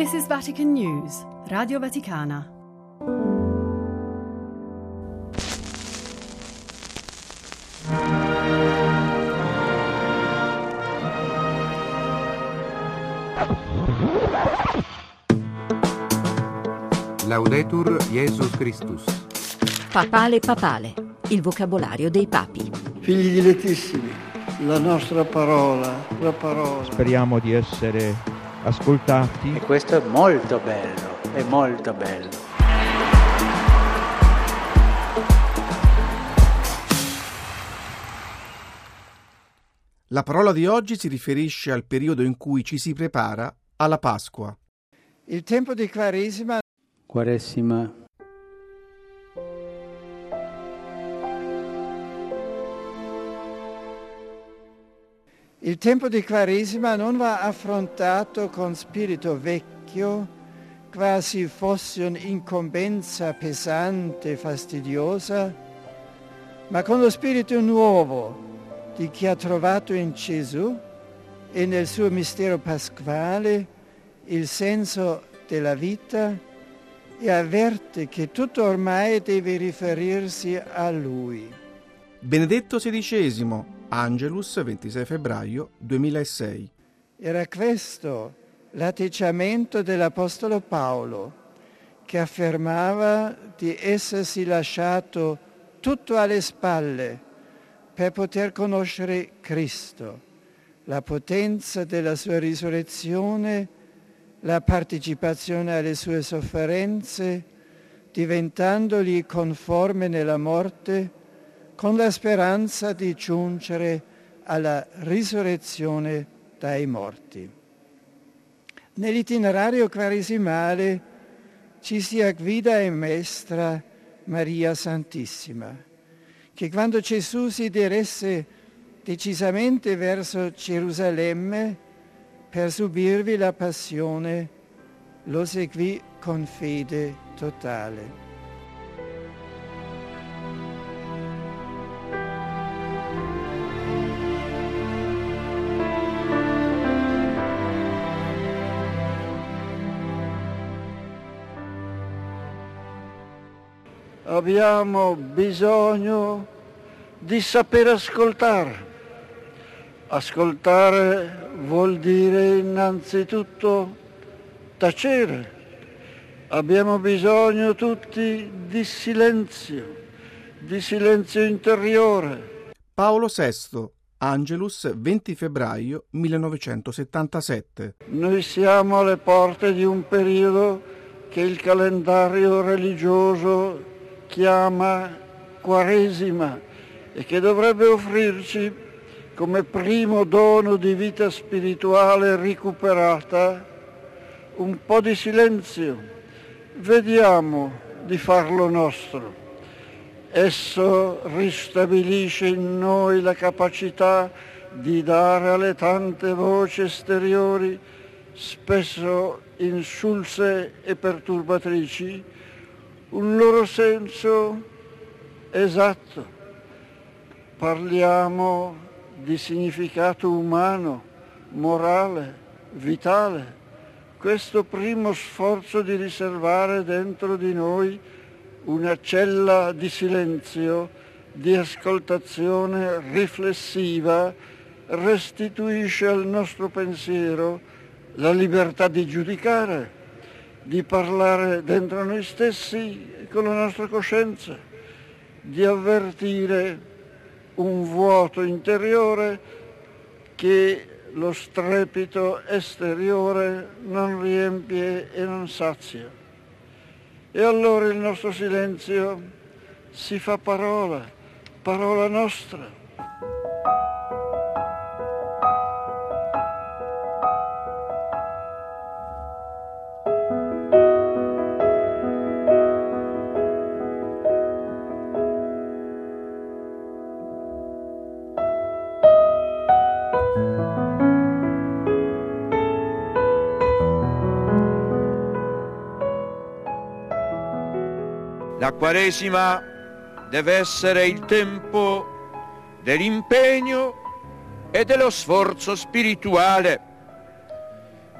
This is Vatican News, Radio Vaticana. Laudetur Jesus Christus. Papale papale, il vocabolario dei papi. Figli dilettissimi, la nostra parola, la parola. Speriamo di essere ascoltati. E questo è molto bello, è molto bello. La parola di oggi si riferisce al periodo in cui ci si prepara alla Pasqua. Il tempo di Quaresima. Quaresima. Il tempo di Quaresima non va affrontato con spirito vecchio, quasi fosse un'incombenza pesante e fastidiosa, ma con lo spirito nuovo di chi ha trovato in Gesù e nel suo mistero pasquale il senso della vita e avverte che tutto ormai deve riferirsi a Lui. Benedetto XVI, Angelus, 26 febbraio 2006. Era questo l'atteggiamento dell'Apostolo Paolo, che affermava di essersi lasciato tutto alle spalle per poter conoscere Cristo, la potenza della sua risurrezione, la partecipazione alle sue sofferenze, diventandogli conforme nella morte, con la speranza di giungere alla risurrezione dai morti. Nell'itinerario quaresimale ci si guida e maestra Maria Santissima, che quando Gesù si diresse decisamente verso Gerusalemme per subirvi la passione, lo seguì con fede totale. Abbiamo bisogno di saper ascoltare. Ascoltare vuol dire innanzitutto tacere. Abbiamo bisogno tutti di silenzio interiore. Paolo VI, Angelus, 20 febbraio 1977. Noi siamo alle porte di un periodo che il calendario religioso chiama Quaresima e che dovrebbe offrirci come primo dono di vita spirituale recuperata un po' di silenzio. Vediamo di farlo nostro. Esso ristabilisce in noi la capacità di dare alle tante voci esteriori, spesso insulse e perturbatrici, un loro senso esatto. Parliamo di significato umano, morale, vitale. Questo primo sforzo di riservare dentro di noi una cella di silenzio, di ascoltazione riflessiva, restituisce al nostro pensiero la libertà di giudicare, di parlare dentro noi stessi con la nostra coscienza, di avvertire un vuoto interiore che lo strepito esteriore non riempie e non sazia. E allora il nostro silenzio si fa parola, parola nostra. La Quaresima deve essere il tempo dell'impegno e dello sforzo spirituale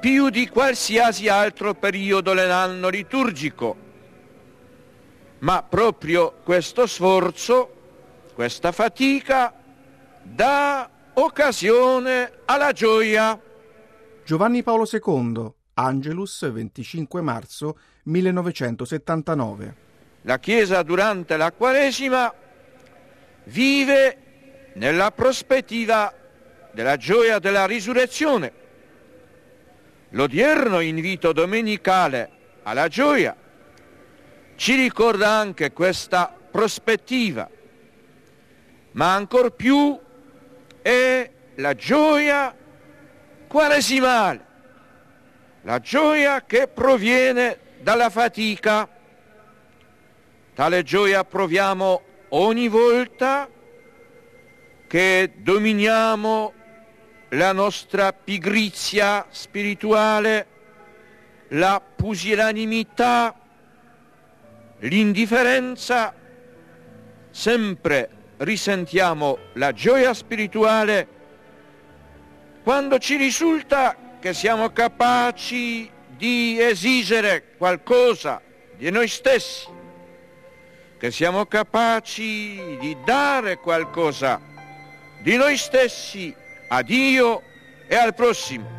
più di qualsiasi altro periodo dell'anno liturgico. Ma proprio questo sforzo, questa fatica, dà occasione alla gioia. Giovanni Paolo II, Angelus, 25 marzo 1979. La Chiesa durante la Quaresima vive nella prospettiva della gioia della risurrezione. L'odierno invito domenicale alla gioia ci ricorda anche questa prospettiva, ma ancor più è la gioia quaresimale, la gioia che proviene dalla fatica. Tale gioia proviamo ogni volta che dominiamo la nostra pigrizia spirituale, la pusillanimità, l'indifferenza. Sempre risentiamo la gioia spirituale quando ci risulta che siamo capaci di esigere qualcosa di noi stessi, che siamo capaci di dare qualcosa di noi stessi a Dio e al prossimo.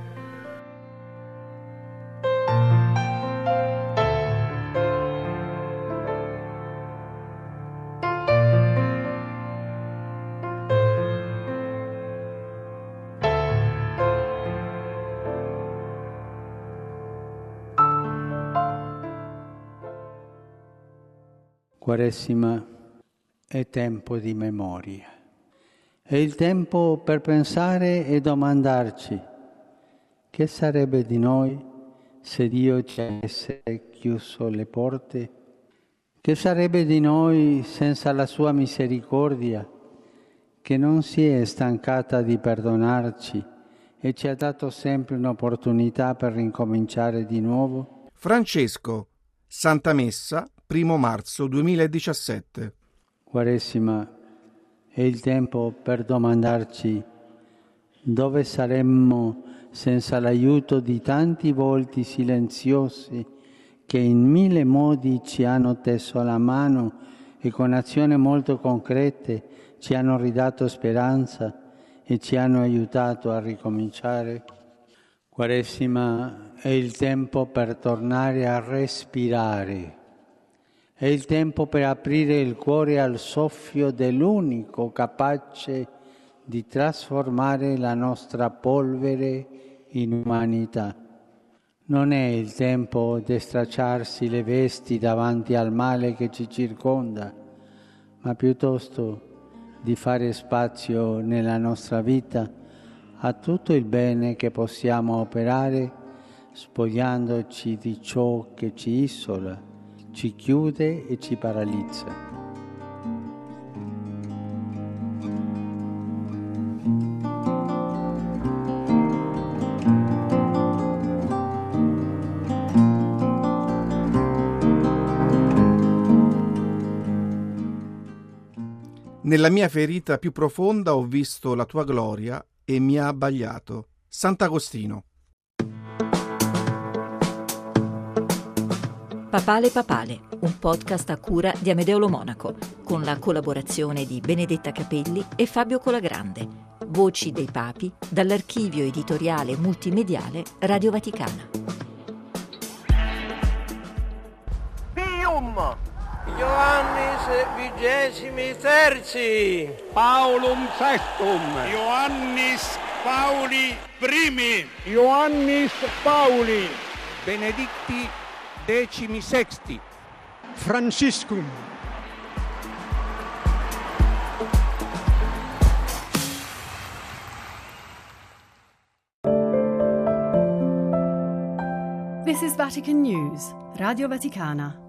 Quaresima è tempo di memoria. È il tempo per pensare e domandarci che sarebbe di noi se Dio ci avesse chiuso le porte? Che sarebbe di noi senza la sua misericordia, che non si è stancata di perdonarci e ci ha dato sempre un'opportunità per ricominciare di nuovo? Francesco, Santa Messa, 1 marzo 2017. Quaresima è il tempo per domandarci dove saremmo senza l'aiuto di tanti volti silenziosi che in mille modi ci hanno teso la mano e con azioni molto concrete ci hanno ridato speranza e ci hanno aiutato a ricominciare. Quaresima è il tempo per tornare a respirare. È il tempo per aprire il cuore al soffio dell'unico capace di trasformare la nostra polvere in umanità. Non è il tempo di stracciarsi le vesti davanti al male che ci circonda, ma piuttosto di fare spazio nella nostra vita a tutto il bene che possiamo operare, spogliandoci di ciò che ci isola, ci chiude e ci paralizza. Nella mia ferita più profonda ho visto la tua gloria e mi ha abbagliato. Sant'Agostino. Papale Papale, un podcast a cura di Amedeo Lo Monaco, con la collaborazione di Benedetta Capelli e Fabio Colagrande. Voci dei Papi, dall'archivio editoriale multimediale Radio Vaticana. Pium! Ioannis XXIII, Paulum Sextum, Ioannis Pauli I, Ioannis Pauli, Benedicti XVI, Franciscum. This is Vatican News, Radio Vaticana.